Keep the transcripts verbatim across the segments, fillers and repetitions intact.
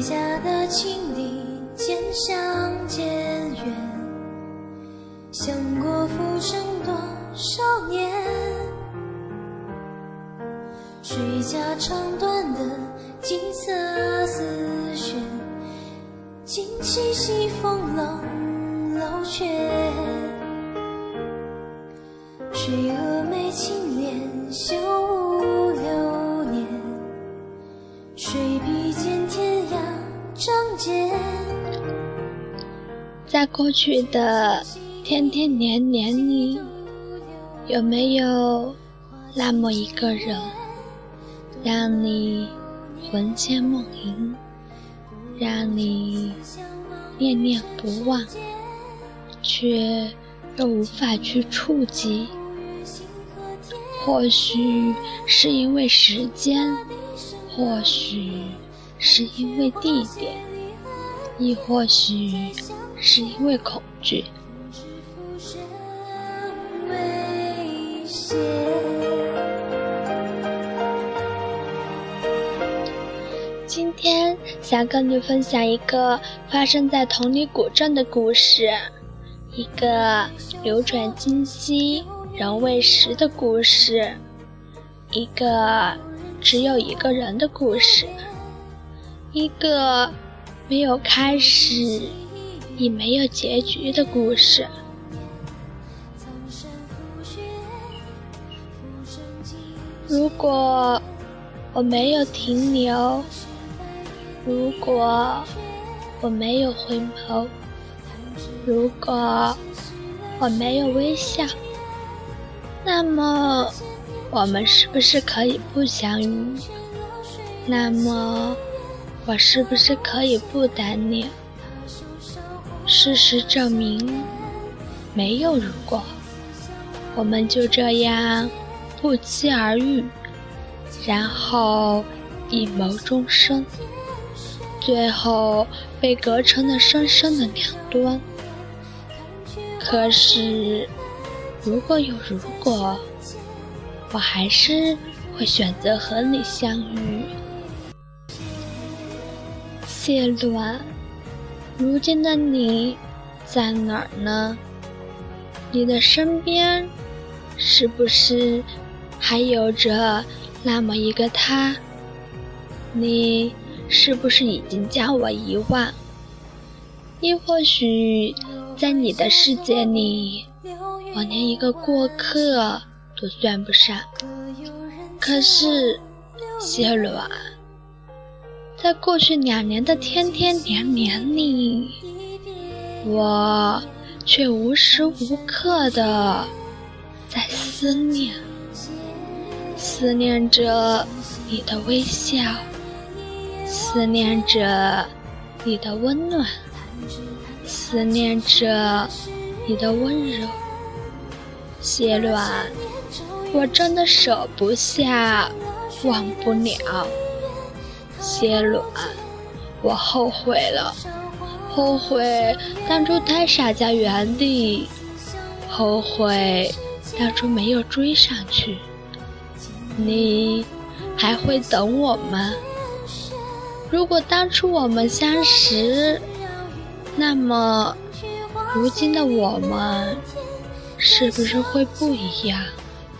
下的情侣渐行渐远，想过浮生多少年，水家长短的金色丝弦，今夕西风冷楼阙，水峨眉青莲修五六年，水笔见天涯仗剑。 在过去的天天年年里，有没有那么一个人，让你魂牵梦萦，让你念念不忘，却又无法去触及？或许是因为时间，或许是因为地点，亦或许是因为恐惧。今天想跟你分享一个发生在同里古镇的故事，一个流传今夕人未识的故事，一个只有一个人的故事，一个没有开始也没有结局的故事。如果我没有停留，如果我没有回眸，如果我没有微笑，那么我们是不是可以不相遇？那么我是不是可以不单恋？事实证明，没有如果，我们就这样不期而遇，然后一眸终生，最后被隔成了深深的两端。可是如果有如果，我还是会选择和你相遇。谢暖，如今的你在哪儿呢？你的身边是不是还有着那么一个他？你是不是已经将我遗忘？亦或许在你的世界里，我连一个过客都算不上。可是谢暖，在过去两年的天天年年里，我却无时无刻的在思念，思念着你的微笑，思念着你的温暖，思念着你的温柔。谢暖，我真的舍不下，忘不了。谢暖，我后悔了，后悔当初太傻在原地，后悔当初没有追上去。你还会等我吗？如果当初我们相识，那么如今的我们是不是会不一样？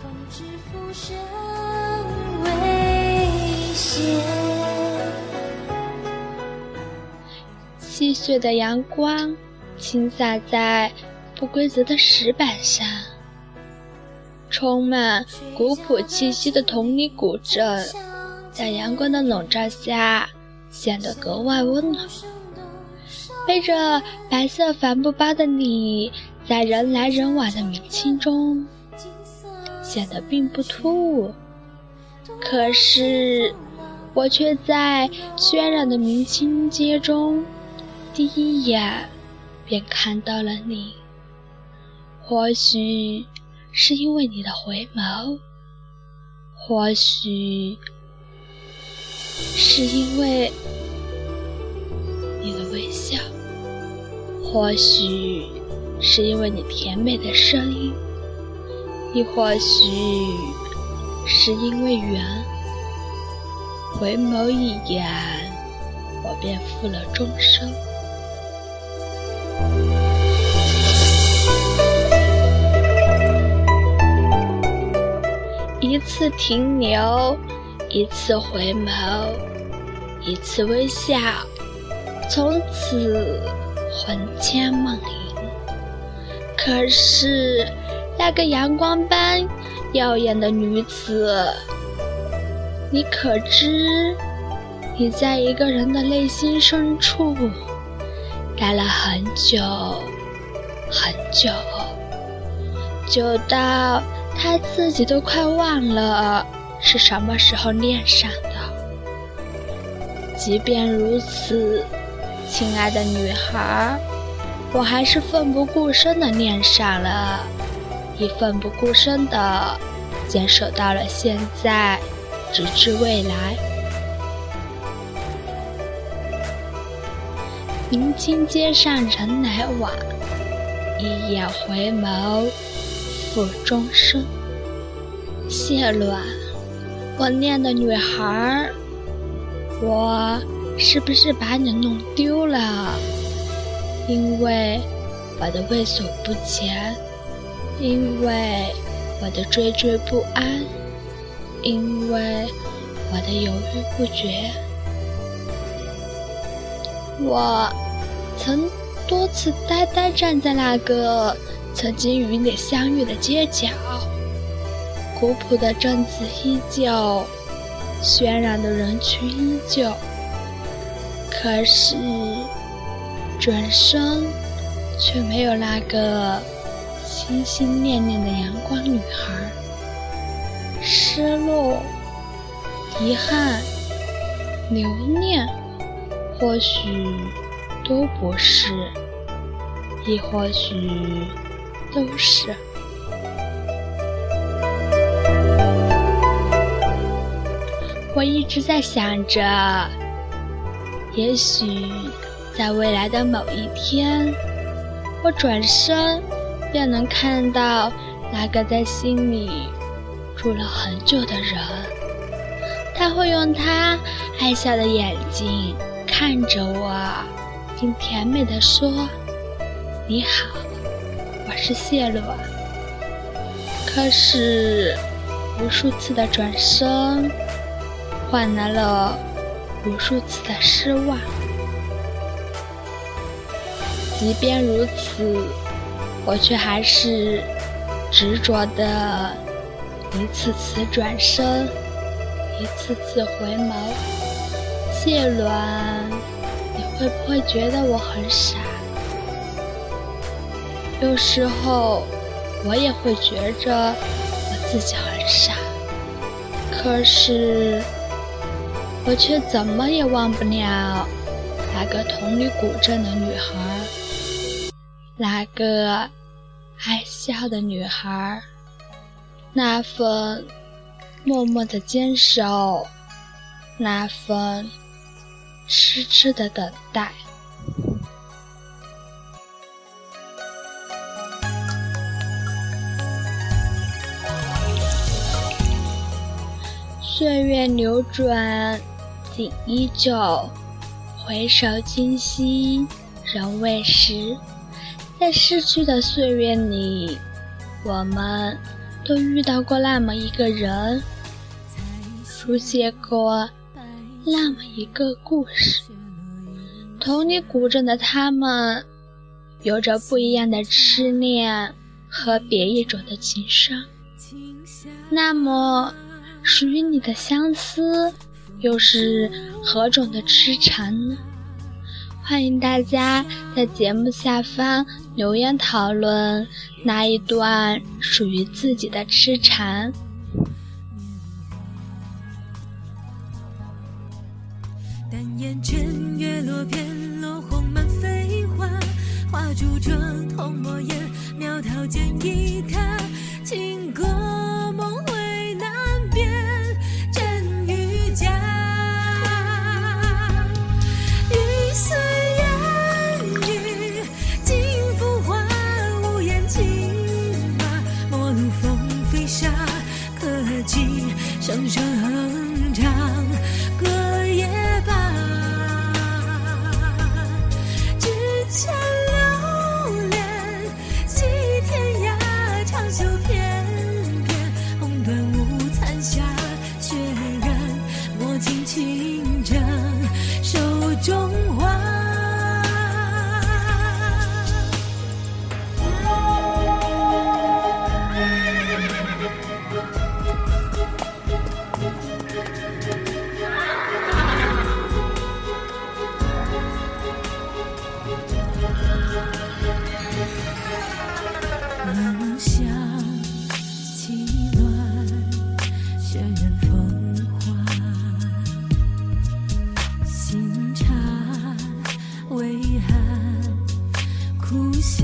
细碎的阳光倾洒在不规则的石板上，充满古朴气息的同里古镇在阳光的笼罩下显得格外温暖。背着白色帆布包的你，在人来人往的明清中显得并不突兀，可是我却在渲染的明清街中第一眼便看到了你。或许是因为你的回眸，或许是因为你的微笑，或许是因为你甜美的声音，亦或许是因为缘。回眸一眼， 我便负了终生。一次停留，一次回眸，一次微笑，从此魂牵梦萦。可是那个阳光般耀眼的女子，你可知你在一个人的内心深处待了很久很久，久到他自己都快忘了是什么时候恋上的。即便如此，亲爱的女孩，我还是奋不顾身地恋上了，也奋不顾身地坚守到了现在，直至未来。明清街上人来往，一眼回眸负终生。谢暖，我恋的女孩，我是不是把你弄丢了？因为我的畏缩不前，因为我的惴惴不安，因为我的犹豫不决。我曾多次呆呆站在那个曾经与你相遇的街角，古朴的镇子依旧，渲染的人群依旧，可是转身却没有那个心心念念的阳光女孩。失落、遗憾、留念，或许都不是，亦或许都是。我一直在想着，也许在未来的某一天，我转身便能看到那个在心里住了很久的人，他会用他爱笑的眼睛看着我，并甜美地说：你好，我是谢洛。可是无数次的转身换来了无数次的失望。即便如此，我却还是执着的一次次转身，一次次回眸。谢鸾，你会不会觉得我很傻？有时候我也会觉着我自己很傻，可是我却怎么也忘不了那个同里古镇的女孩，那个爱笑的女孩，那份默默的坚守，那份痴痴的等待。岁月流转，景依旧，回首今夕人未识。在逝去的岁月里，我们都遇到过那么一个人，书写过那么一个故事。同里古镇的他们，有着不一样的痴恋和别一种的情伤。那么属于你的相思又是何种的痴缠呢？欢迎大家在节目下方留言讨论那一段属于自己的痴缠。 但眼前月落片落红满飞花，花烛着同墨烟，苗条见一他，情歌梦回南边，真与假。雨丝烟雨，尽浮华，无言情马，陌路风飞沙，可寄声声长。隔夜吧， 下，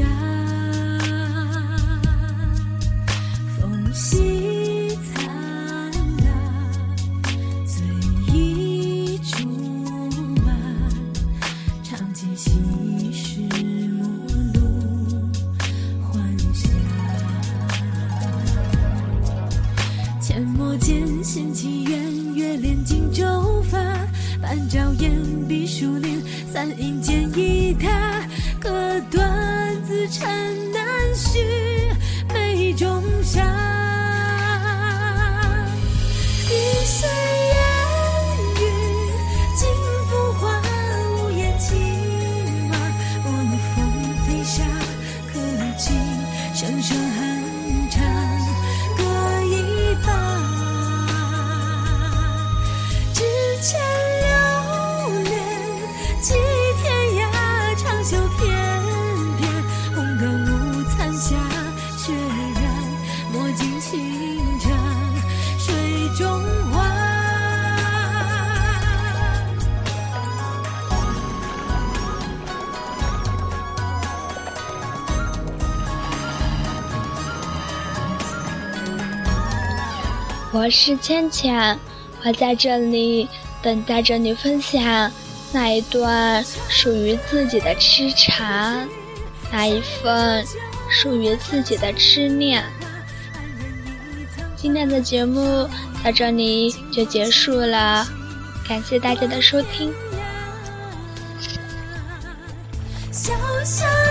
风息灿烂，醉意竹满，长街西施陌路还乡。阡陌间心起缘，月帘锦州发，半朝烟碧树林，三阴间一榻，隔断自称难续眉中沙。一岁烟雨，尽浮华，无言轻马，我怒风飞沙，可尽声声恨长各一把。之前流连几天涯，长袖翩翩，红歌舞残霞，血染墨尽情长水中花。 我是倩倩，我在这里等待着你分享那一段属于自己的痴缠，那一份属于自己的痴念。今天的节目到这里就结束了，感谢大家的收听。 小小